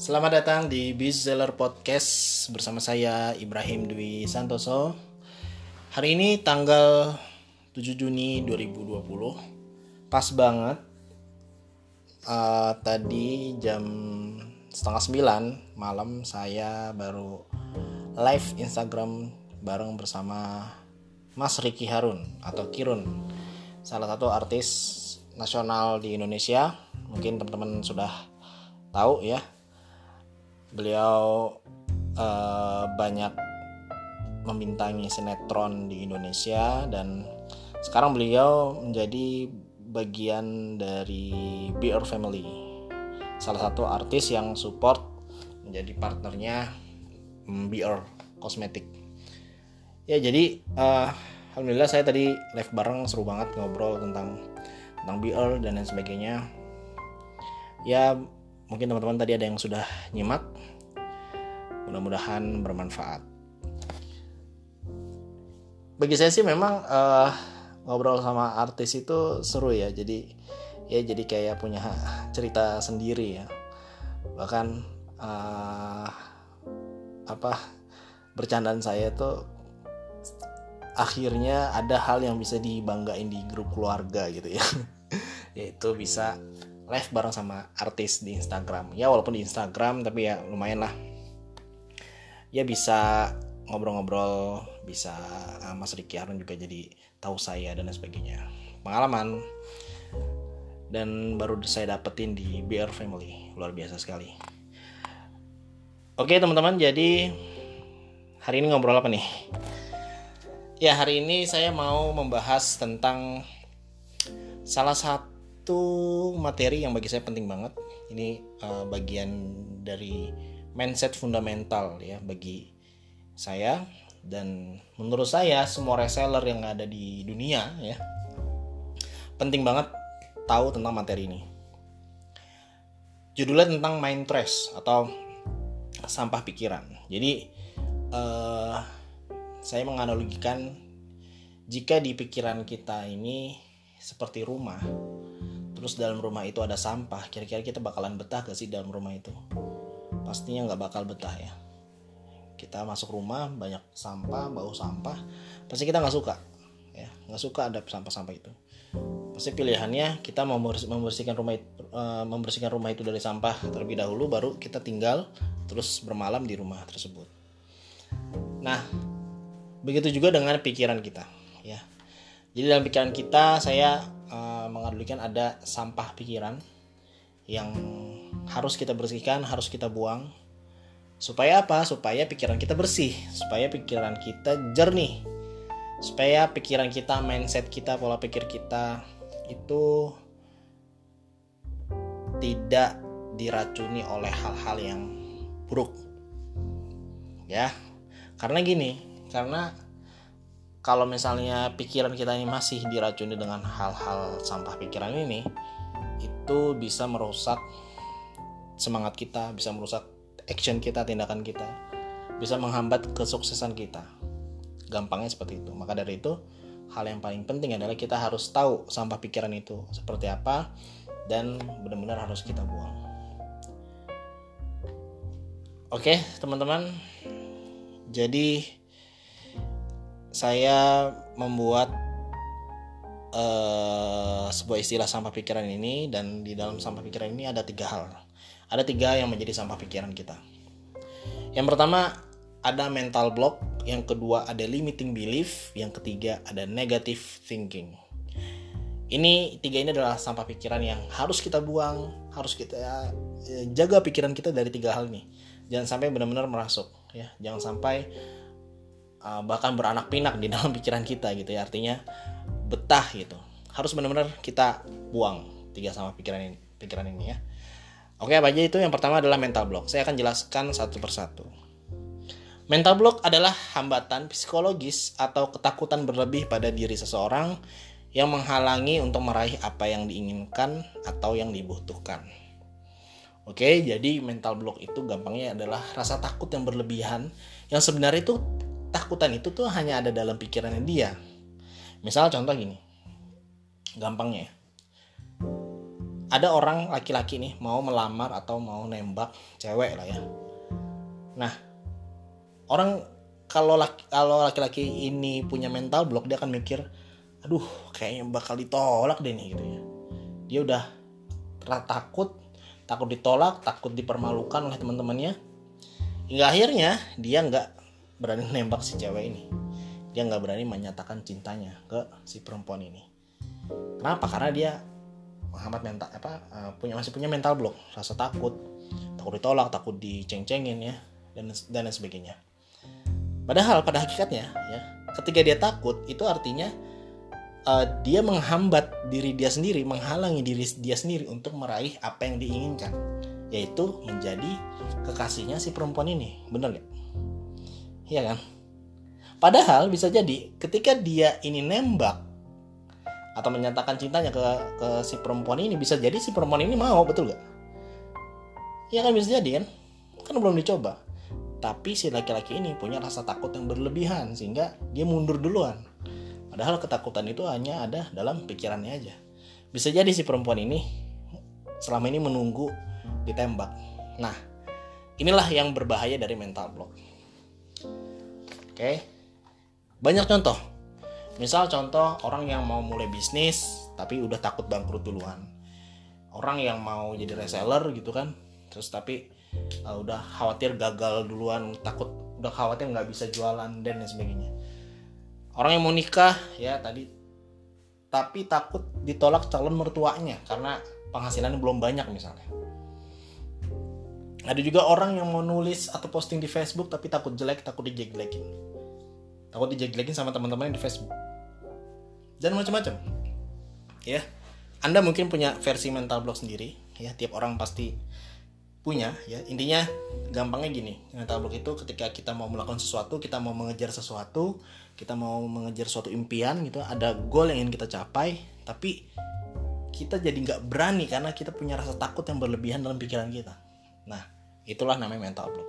Selamat datang di Bestseller Podcast bersama saya Ibrahim Dwi Santoso. Hari ini tanggal 7 Juni 2020. Pas banget tadi jam 8:30 malam saya baru live Instagram bareng bersama Mas Ricky Harun atau Kirun, salah satu artis nasional di Indonesia. Mungkin teman-teman sudah tahu ya. Beliau banyak membintangi sinetron di Indonesia dan sekarang beliau menjadi bagian dari BR Family, salah satu artis yang support menjadi partnernya BR Kosmetik. Ya jadi alhamdulillah saya tadi live bareng, seru banget ngobrol tentang BR dan lain sebagainya. Ya mungkin teman-teman tadi ada yang sudah nyimak, mudah-mudahan bermanfaat. Bagi saya sih memang ngobrol sama artis itu seru ya. Jadi kayak punya cerita sendiri ya. Bahkan bercandaan saya tuh akhirnya ada hal yang bisa dibanggain di grup keluarga gitu ya. Yaitu bisa live bareng sama artis di Instagram. Ya walaupun di Instagram tapi ya lumayan lah. Ya bisa ngobrol-ngobrol, bisa Mas Ricky Harun juga jadi tahu saya dan lain sebagainya. Pengalaman dan baru saya dapetin di BR Family, luar biasa sekali. Oke teman-teman, jadi hari ini ngobrol apa nih? Ya hari ini saya mau membahas tentang salah satu materi yang bagi saya penting banget. Ini bagian dari mindset fundamental ya bagi saya, dan menurut saya semua reseller yang ada di dunia ya penting banget tahu tentang materi ini. Judulnya tentang mind trash atau sampah pikiran. Jadi saya menganalogikan jika di pikiran kita ini seperti rumah, terus dalam rumah itu ada sampah, kira-kira kita bakalan betah gak sih dalam rumah itu? Pastinya gak bakal betah ya. Kita masuk rumah banyak sampah, bau sampah, pasti kita gak suka ya, gak suka ada sampah-sampah itu. Pasti pilihannya kita mau membersihkan rumah itu dari sampah terlebih dahulu, baru kita tinggal terus bermalam di rumah tersebut. Nah begitu juga dengan pikiran kita ya. Jadi dalam pikiran kita saya menganalogikan ada sampah pikiran yang harus kita bersihkan, harus kita buang. Supaya apa? Supaya pikiran kita bersih, supaya pikiran kita jernih, supaya pikiran kita, mindset kita, pola pikir kita itu tidak diracuni oleh hal-hal yang buruk. Ya. Karena kalau misalnya pikiran kita ini masih diracuni dengan hal-hal sampah pikiran ini, itu bisa merusak semangat kita, bisa merusak action kita, tindakan kita, bisa menghambat kesuksesan kita. Gampangnya seperti itu. Maka dari itu, hal yang paling penting adalah kita harus tahu sampah pikiran itu seperti apa dan benar-benar harus kita buang. Oke, teman-teman. Jadi saya membuat sebuah istilah sampah pikiran ini, dan di dalam sampah pikiran ini ada 3 hal. Ada 3 yang menjadi sampah pikiran kita. Yang pertama ada mental block, yang kedua ada limiting belief, yang ketiga ada negative thinking. Ini 3 ini adalah sampah pikiran yang harus kita buang, harus kita jaga pikiran kita dari 3 hal ini. Jangan sampai benar-benar merasuk ya, jangan sampai bahkan beranak pinak di dalam pikiran kita gitu ya, artinya betah gitu. Harus benar-benar kita buang 3 sampah pikiran ini ya. Oke, apa aja itu? Yang pertama adalah mental block. Saya akan jelaskan satu persatu. Mental block adalah hambatan psikologis atau ketakutan berlebih pada diri seseorang yang menghalangi untuk meraih apa yang diinginkan atau yang dibutuhkan. Oke, jadi mental block itu gampangnya adalah rasa takut yang berlebihan, yang sebenarnya itu takutan itu tuh hanya ada dalam pikirannya dia. Misal contoh gini, gampangnya ya. ada orang laki-laki nih mau melamar atau mau nembak cewek lah ya. Nah, orang kalau laki-laki ini punya mental block, dia akan mikir, aduh kayaknya bakal ditolak deh nih gitu ya. Dia udah takut ditolak, takut dipermalukan oleh teman-temannya, hingga akhirnya dia nggak berani nembak si cewek ini. Dia nggak berani menyatakan cintanya ke si perempuan ini. Kenapa? Karena dia masih punya mental block, rasa takut ditolak, takut diceng-cengin ya, dan lain sebagainya. Padahal pada hakikatnya ya, ketika dia takut itu artinya dia menghambat diri dia sendiri, menghalangi diri dia sendiri untuk meraih apa yang diinginkan, yaitu menjadi kekasihnya si perempuan ini. Bener gak? Iya kan? Padahal bisa jadi ketika dia ini nembak atau menyatakan cintanya ke si perempuan ini, bisa jadi si perempuan ini mau, betul gak? Ya kan, bisa jadi kan? Kan belum dicoba. Tapi si laki-laki ini punya rasa takut yang berlebihan sehingga dia mundur duluan. Padahal ketakutan itu hanya ada dalam pikirannya aja. Bisa jadi si perempuan ini selama ini menunggu ditembak. Nah, inilah yang berbahaya dari mental block. Oke. Banyak contoh. Misal contoh orang yang mau mulai bisnis tapi udah takut bangkrut duluan. Orang yang mau jadi reseller gitu kan, terus tapi udah khawatir gagal duluan, udah khawatir nggak bisa jualan dan lain sebagainya. Orang yang mau nikah ya tadi, tapi takut ditolak calon mertuanya karena penghasilannya belum banyak misalnya. Ada juga orang yang mau nulis atau posting di Facebook tapi takut jelek, takut dijelekin sama teman-teman di Facebook, dan macam-macam ya. Anda mungkin punya versi mental block sendiri ya, tiap orang pasti punya ya. Intinya gampangnya gini, mental block itu ketika kita mau melakukan sesuatu, kita mau mengejar sesuatu, kita mau mengejar suatu impian gitu, ada goal yang ingin kita capai, tapi kita jadi nggak berani karena kita punya rasa takut yang berlebihan dalam pikiran kita. Nah, itulah namanya mental block.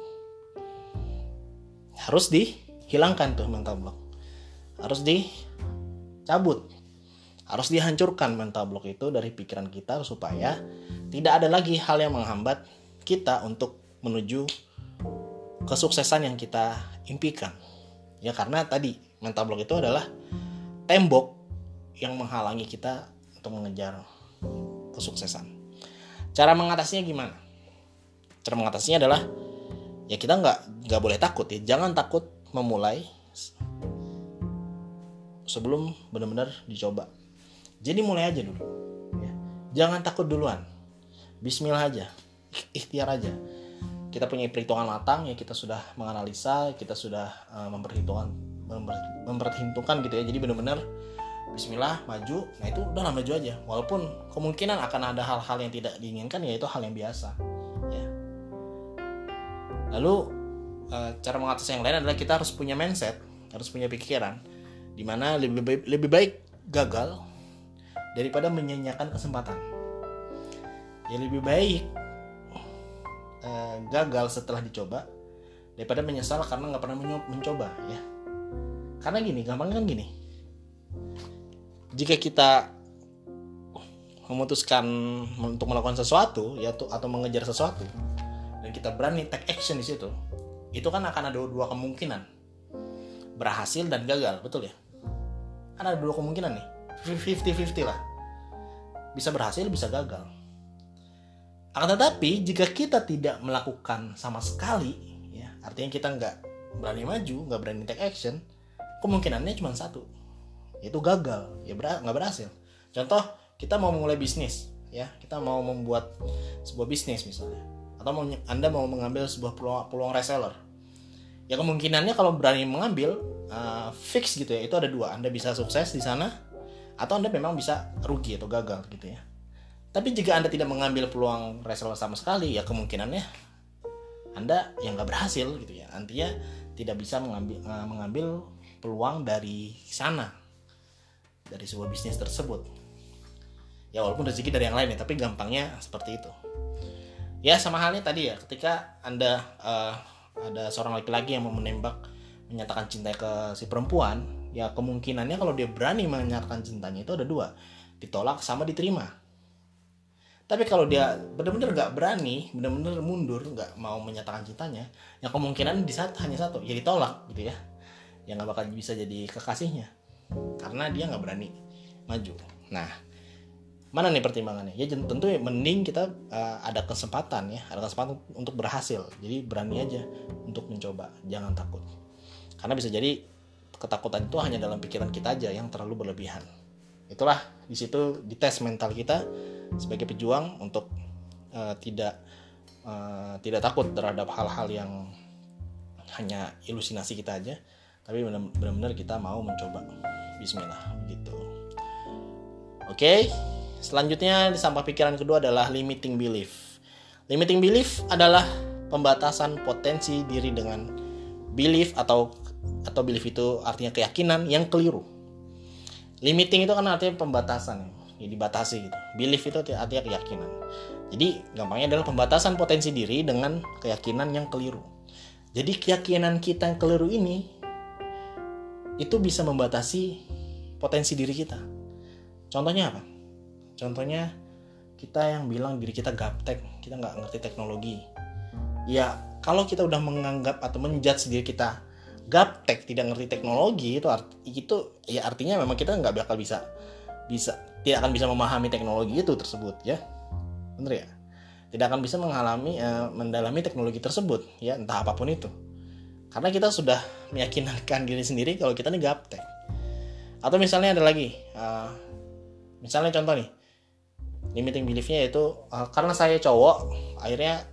Harus dihilangkan tuh mental block, harus dicabut, harus dihancurkan mental block itu dari pikiran kita supaya tidak ada lagi hal yang menghambat kita untuk menuju kesuksesan yang kita impikan. Ya, karena tadi mental block itu adalah tembok yang menghalangi kita untuk mengejar kesuksesan. Cara mengatasinya gimana? Cara mengatasinya adalah ya kita nggak boleh takut ya. Jangan takut memulai sebelum benar-benar dicoba. Jadi mulai aja dulu ya. Jangan takut duluan. Bismillah aja. Ikhtiar aja. Kita punya perhitungan matang ya, kita sudah menganalisa, kita sudah memperhitungkan gitu ya. Jadi benar-benar bismillah, maju. Nah itu udah maju aja. Walaupun kemungkinan akan ada hal-hal yang tidak diinginkan, ya itu hal yang biasa ya. Lalu cara mengatasi yang lain adalah kita harus punya mindset, harus punya pikiran dimana lebih baik gagal daripada menyanyiakan kesempatan. Ya lebih baik gagal setelah dicoba daripada menyesal karena nggak pernah mencoba ya. Karena gini, gampangnya kan gini, jika kita memutuskan untuk melakukan sesuatu ya, atau mengejar sesuatu dan kita berani take action di situ, itu kan akan ada dua kemungkinan, berhasil dan gagal, betul ya? Kan ada dua kemungkinan nih, 50-50 lah, bisa berhasil bisa gagal. Akan tetapi jika kita tidak melakukan sama sekali ya, artinya kita nggak berani maju, nggak berani take action, kemungkinannya cuma satu, yaitu gagal ya, nggak berhasil. Contoh, kita mau memulai bisnis ya, kita mau membuat sebuah bisnis misalnya, atau Anda mau mengambil sebuah peluang reseller ya, kemungkinannya kalau berani mengambil fix gitu ya, itu ada dua, Anda bisa sukses di sana atau Anda memang bisa rugi atau gagal gitu ya. Tapi jika Anda tidak mengambil peluang reseller sama sekali ya, kemungkinannya Anda yang nggak berhasil gitu ya, artinya tidak bisa mengambil peluang dari sana, dari sebuah bisnis tersebut ya, walaupun rezeki dari yang lain ya, tapi gampangnya seperti itu ya. Sama halnya tadi ya, ketika Anda ada seorang laki-laki yang mau menyatakan cinta ke si perempuan ya, kemungkinannya kalau dia berani menyatakan cintanya itu ada dua, ditolak sama diterima. Tapi kalau dia benar-benar nggak berani, benar-benar mundur, nggak mau menyatakan cintanya, yang kemungkinan hanya satu, ya ditolak gitu ya. Yang nggak bakal bisa jadi kekasihnya, karena dia nggak berani maju. Nah, mana nih pertimbangannya? Ya tentu mending kita ada kesempatan untuk berhasil. Jadi berani aja untuk mencoba, jangan takut. Karena bisa jadi ketakutan itu hanya dalam pikiran kita aja yang terlalu berlebihan. Itulah di situ dites mental kita sebagai pejuang untuk tidak takut terhadap hal-hal yang hanya ilusinasi kita aja, tapi benar-benar kita mau mencoba. Bismillah begitu. Oke, selanjutnya di sampah pikiran kedua adalah limiting belief. Limiting belief adalah pembatasan potensi diri dengan belief atau belief itu artinya keyakinan yang keliru. Limiting itu kan artinya pembatasan, ya dibatasi gitu. Belief itu artinya keyakinan. Jadi gampangnya adalah pembatasan potensi diri dengan keyakinan yang keliru. Jadi keyakinan kita yang keliru ini itu bisa membatasi potensi diri kita. Contohnya apa? Contohnya kita yang bilang diri kita gaptek, kita nggak ngerti teknologi. Ya kalau kita udah menganggap atau menjudge diri kita gaptek, tidak ngerti teknologi, itu ya artinya memang kita nggak bakal bisa tidak akan bisa memahami teknologi itu tersebut, ya bener ya, tidak akan bisa mendalami teknologi tersebut, ya entah apapun itu, karena kita sudah meyakinkan diri sendiri kalau kita ini gaptek. Atau misalnya ada lagi, misalnya contoh nih, limiting beliefnya yaitu karena saya cowok, akhirnya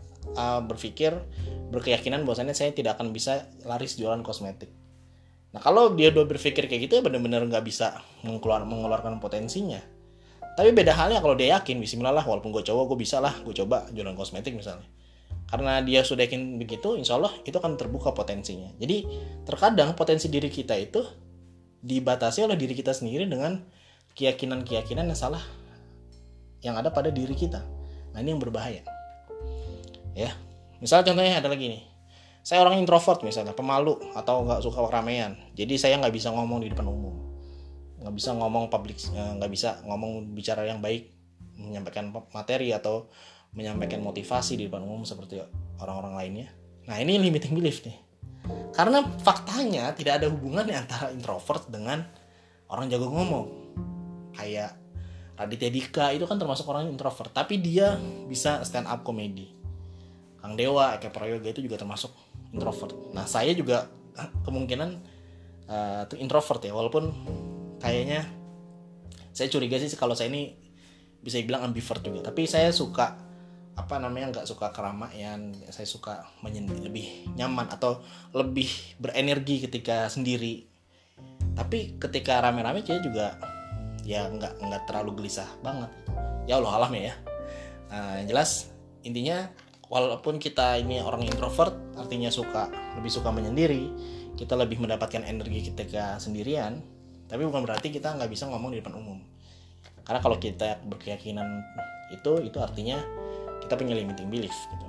berkeyakinan bahwasannya saya tidak akan bisa laris jualan kosmetik. Nah kalau dia udah berpikir kayak gitu, ya benar-benar nggak bisa mengeluarkan potensinya. Tapi beda halnya kalau dia yakin, bismillah lah, walaupun gue cowok, gue bisa lah, gue coba jualan kosmetik misalnya. Karena dia sudah yakin begitu, insya Allah itu akan terbuka potensinya. Jadi terkadang potensi diri kita itu dibatasi oleh diri kita sendiri dengan keyakinan-keyakinan yang salah yang ada pada diri kita. Nah ini yang berbahaya. Ya, misalnya contohnya ada lagi nih, saya orang introvert misalnya, pemalu atau nggak suka keramaian, jadi saya nggak bisa ngomong di depan umum, nggak bisa ngomong publik, nggak bisa ngomong bicara yang baik, menyampaikan materi atau menyampaikan motivasi di depan umum seperti orang-orang lainnya. Nah ini limiting belief nih, karena faktanya tidak ada hubungan antara introvert dengan orang jago ngomong. Kayak Raditya Dika itu kan termasuk orang introvert, tapi dia bisa stand up comedy. Kang Dewa, Eka Prayoga itu juga termasuk introvert. Nah saya juga kemungkinan introvert ya, walaupun kayaknya saya curiga sih kalau saya ini bisa dibilang ambivert juga. Tapi saya suka nggak suka keramaian, saya suka lebih nyaman atau lebih berenergi ketika sendiri. Tapi ketika rame-rame saya juga ya nggak terlalu gelisah banget. Ya Allah alam ya. Yang jelas intinya, walaupun kita ini orang introvert, artinya lebih suka menyendiri, kita lebih mendapatkan energi ketika sendirian, tapi bukan berarti kita nggak bisa ngomong di depan umum. Karena kalau kita berkeyakinan itu artinya kita punya limiting belief gitu.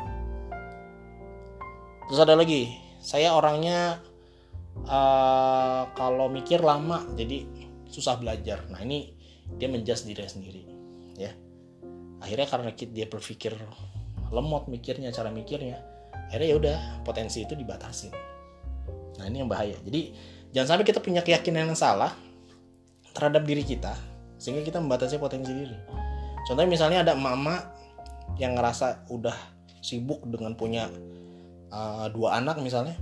Terus ada lagi, saya orangnya kalau mikir lama jadi susah belajar. Nah ini dia menjudge diri sendiri, ya. Akhirnya karena dia berpikir lemot mikirnya, cara mikirnya, akhirnya ya udah potensi itu dibatasi. Nah ini yang bahaya. Jadi jangan sampai kita punya keyakinan yang salah terhadap diri kita sehingga kita membatasi potensi diri. Contohnya misalnya ada emak-emak yang ngerasa udah sibuk dengan punya 2 anak misalnya,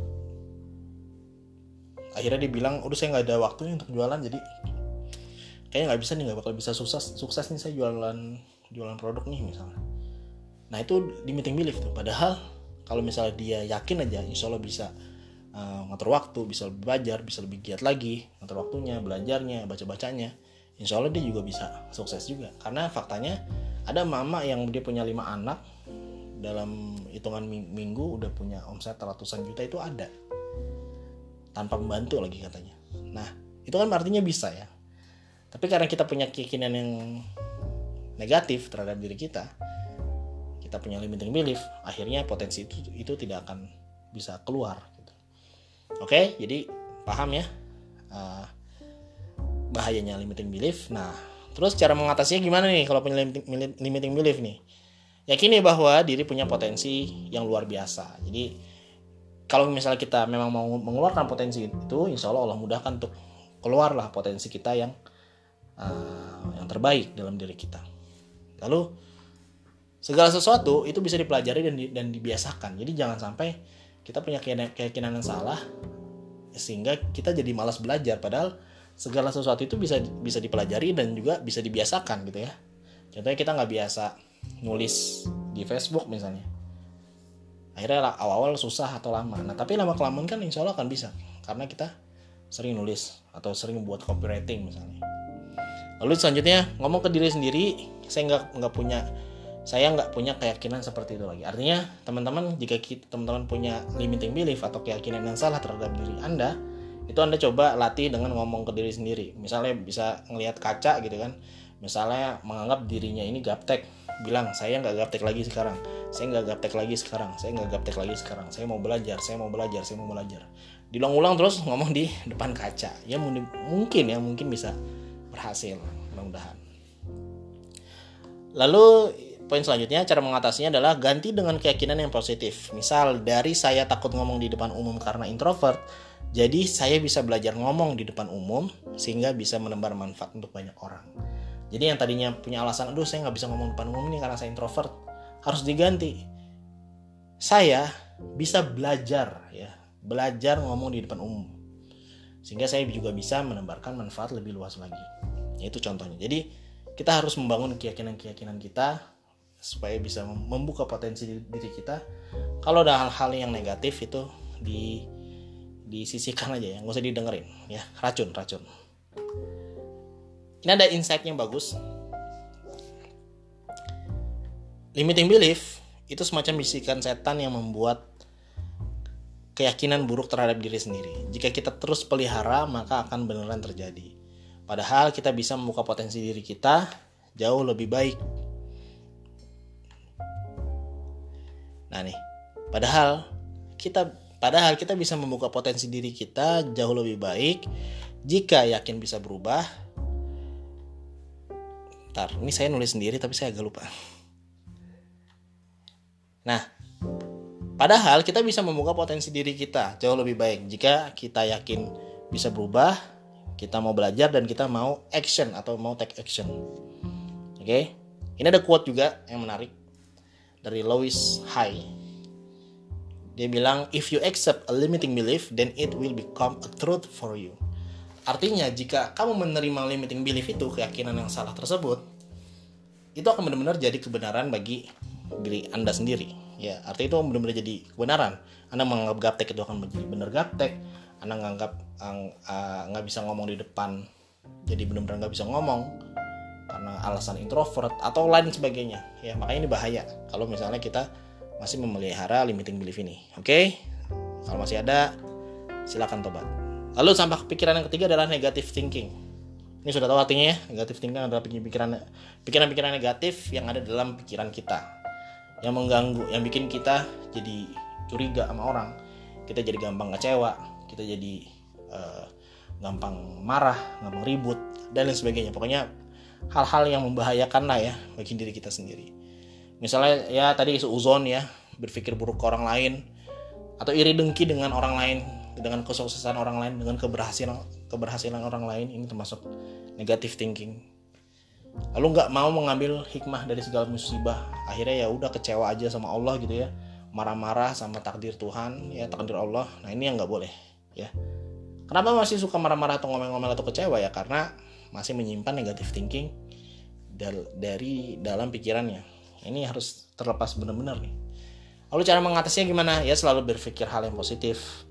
akhirnya dia bilang udah saya nggak ada waktunya untuk jualan, jadi kayaknya nggak bisa nih, nggak bakal bisa sukses nih saya jualan produk nih misalnya. Nah itu limiting belief tuh. Padahal kalau misalnya dia yakin aja, insya Allah bisa ngatur waktu, bisa belajar, bisa lebih giat lagi ngatur waktunya, belajarnya, baca-bacanya, insya Allah dia juga bisa sukses juga. Karena faktanya ada mama yang dia punya 5 anak, dalam hitungan minggu udah punya omset ratusan juta, itu ada tanpa membantu lagi katanya. Nah itu kan artinya bisa ya. Tapi karena kita punya keyakinan yang negatif terhadap diri kita punya limiting belief, akhirnya potensi itu tidak akan bisa keluar gitu. Oke, jadi paham ya bahayanya limiting belief. Nah Terus cara mengatasinya gimana nih kalau punya limiting belief nih? Yakini bahwa diri punya potensi yang luar biasa. Jadi kalau misalnya kita memang mau mengeluarkan potensi itu, insya Allah mudahkan untuk keluarlah potensi kita yang terbaik dalam diri kita. Lalu segala sesuatu itu bisa dipelajari dan dibiasakan. Jadi jangan sampai kita punya keyakinan yang salah sehingga kita jadi malas belajar, padahal segala sesuatu itu bisa dipelajari dan juga bisa dibiasakan gitu ya. Contohnya kita nggak biasa nulis di Facebook misalnya, akhirnya awal-awal susah atau lama. Nah tapi lama-kelamaan kan insya Allah akan bisa, karena kita sering nulis atau sering buat copywriting misalnya. Lalu selanjutnya ngomong ke diri sendiri, saya nggak punya keyakinan seperti itu lagi. Artinya teman-teman, jika teman-teman punya limiting belief atau keyakinan yang salah terhadap diri Anda, itu Anda coba latih dengan ngomong ke diri sendiri. Misalnya bisa ngelihat kaca gitu kan, misalnya menganggap dirinya ini gaptek, bilang saya nggak gaptek lagi sekarang, saya nggak gaptek lagi sekarang, saya nggak gaptek lagi sekarang, saya mau belajar. Diulang-ulang terus ngomong di depan kaca. Ya mungkin bisa berhasil, mudah-mudahan. Lalu poin selanjutnya, cara mengatasinya adalah ganti dengan keyakinan yang positif. Misal dari saya takut ngomong di depan umum karena introvert, jadi saya bisa belajar ngomong di depan umum sehingga bisa menebar manfaat untuk banyak orang. Jadi yang tadinya punya alasan, aduh saya nggak bisa ngomong di depan umum nih karena saya introvert, harus diganti. Saya bisa belajar ngomong di depan umum sehingga saya juga bisa menebarkan manfaat lebih luas lagi. Itu contohnya. Jadi kita harus membangun keyakinan kita supaya bisa membuka potensi diri kita. Kalau ada hal-hal yang negatif itu disisihkan aja ya, nggak usah didengerin ya, racun. Ini ada insight yang bagus. Limiting belief itu semacam bisikan setan yang membuat keyakinan buruk terhadap diri sendiri. Jika kita terus pelihara, maka akan beneran terjadi. Padahal kita bisa membuka potensi diri kita jauh lebih baik. Nah nih, padahal kita bisa membuka potensi diri kita jauh lebih baik jika yakin bisa berubah. Ini saya nulis sendiri tapi saya agak lupa. Nah, padahal kita bisa membuka potensi diri kita jauh lebih baik jika kita yakin bisa berubah, kita mau belajar dan kita mau action atau mau take action. Oke? Ini ada quote juga yang menarik dari Lois Hay. Dia bilang, if you accept a limiting belief, then it will become a truth for you. Artinya, jika kamu menerima limiting belief itu, keyakinan yang salah tersebut, itu akan benar-benar jadi kebenaran bagi diri Anda sendiri. Ya, artinya itu benar-benar jadi kebenaran. Anda menganggap gaptek itu akan menjadi benar gaptek. Anda menganggap nggak bisa ngomong di depan, jadi benar-benar nggak bisa ngomong karena alasan introvert atau lain sebagainya. Ya, makanya ini bahaya kalau misalnya kita masih memelihara limiting belief ini. Oke? Kalau masih ada, silakan tobat. Lalu sampah pikiran yang ketiga adalah negative thinking. Ini sudah tahu artinya ya. Negative thinking adalah pikiran-pikiran negatif yang ada dalam pikiran kita, yang mengganggu, yang bikin kita jadi curiga sama orang, kita jadi gampang kecewa, kita jadi gampang marah, gampang ribut, dan lain sebagainya. Pokoknya hal-hal yang membahayakan lah ya bagi diri kita sendiri. Misalnya ya tadi suuzon ya, berpikir buruk ke orang lain, atau iri dengki dengan orang lain, dengan kesuksesan orang lain, dengan keberhasilan orang lain. Ini termasuk negative thinking. Lalu nggak mau mengambil hikmah dari segala musibah, akhirnya ya udah kecewa aja sama Allah gitu ya, marah-marah sama takdir Tuhan ya, takdir Allah. Nah ini yang nggak boleh ya. Kenapa masih suka marah-marah atau ngomel-ngomel atau kecewa ya? Karena masih menyimpan negative thinking dari dalam pikirannya. Ini harus terlepas benar-benar nih. Lalu cara mengatasinya gimana? Ya selalu berpikir hal yang positif,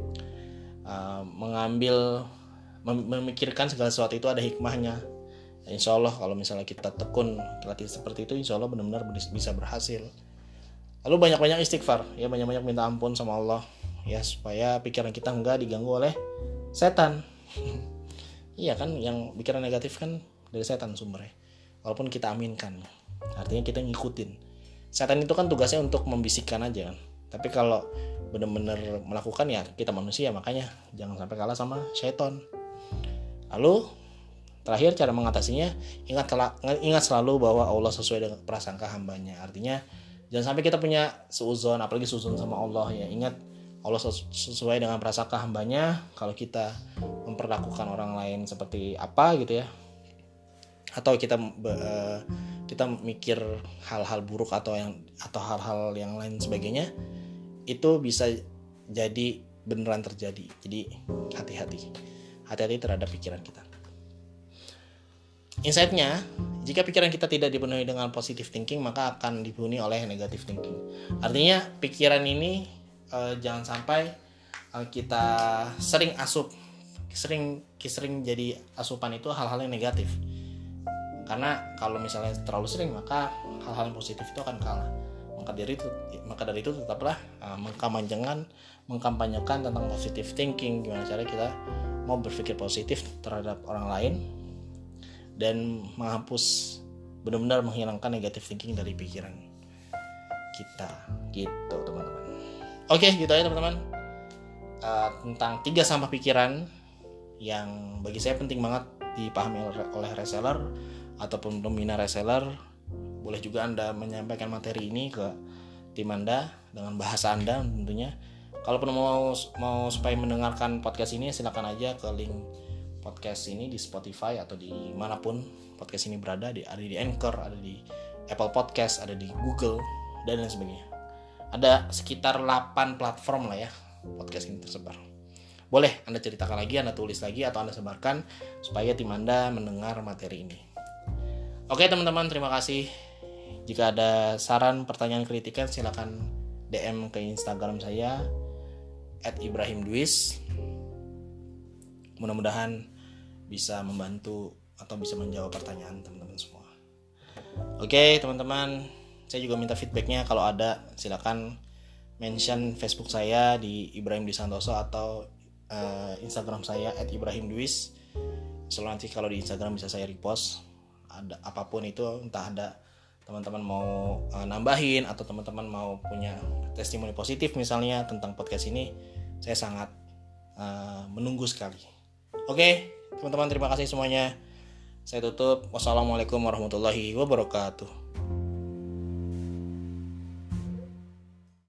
memikirkan segala sesuatu itu ada hikmahnya. Insya Allah kalau misalnya kita tekun latih seperti itu, insya Allah benar-benar bisa berhasil. Lalu banyak-banyak istighfar, ya banyak-banyak minta ampun sama Allah, ya supaya pikiran kita enggak diganggu oleh setan. Iya kan, yang pikiran negatif kan dari setan sumbernya. Walaupun kita aminkan, artinya kita ngikutin. Setan itu kan tugasnya untuk membisikkan aja kan. Tapi kalau benar-benar melakukan ya kita manusia, makanya jangan sampai kalah sama setan. Lalu Terakhir, cara mengatasinya, ingat selalu bahwa Allah sesuai dengan prasangka hambanya. Artinya jangan sampai kita punya suudzon, apalagi suudzon sama Allah ya. Ingat Allah sesuai dengan prasangka hambanya. Kalau kita memperlakukan orang lain seperti apa gitu ya, atau kita mikir hal-hal buruk atau hal-hal yang lain sebagainya, itu bisa jadi beneran terjadi. Jadi hati-hati terhadap pikiran kita. Insight-nya, jika pikiran kita tidak dipenuhi dengan positive thinking, maka akan dipenuhi oleh negative thinking. Artinya pikiran ini jangan sampai kita sering jadi asupan itu hal-hal yang negatif. Karena kalau misalnya terlalu sering, maka hal-hal yang positif itu akan kalah. Maka dari itu tetaplah mengkampanyekan tentang positive thinking. Gimana cara kita mau berpikir positif terhadap orang lain dan benar-benar menghilangkan negative thinking dari pikiran kita, gitu teman-teman. Oke, gitu aja teman-teman, tentang 3 sampah pikiran yang bagi saya penting banget dipahami oleh reseller ataupun pembina reseller. Boleh juga Anda menyampaikan materi ini ke tim Anda dengan bahasa Anda tentunya. Kalau mau supaya mendengarkan podcast ini, silakan aja ke link podcast ini di Spotify atau di manapun podcast ini berada, ada di Anchor, ada di Apple Podcast, ada di Google dan lain sebagainya. Ada sekitar 8 platform lah ya podcast ini tersebar. Boleh Anda ceritakan lagi, Anda tulis lagi, atau Anda sebarkan supaya tim Anda mendengar materi ini. Oke teman-teman, terima kasih. Jika ada saran, pertanyaan, kritikan, silakan DM ke Instagram saya @ibrahimdwis. Mudah-mudahan bisa membantu atau bisa menjawab pertanyaan teman-teman semua. Oke teman-teman, saya juga minta feedbacknya. Kalau ada, silakan mention Facebook saya di Ibrahim Dwi Santoso atau Instagram saya @ibrahimdwis. Selalu nanti kalau di Instagram bisa saya repost. Ada apapun itu, entah ada teman-teman mau nambahin atau teman-teman mau punya testimoni positif misalnya tentang podcast ini, saya sangat menunggu sekali. Oke, teman-teman, terima kasih semuanya. Saya tutup. Wassalamualaikum warahmatullahi wabarakatuh.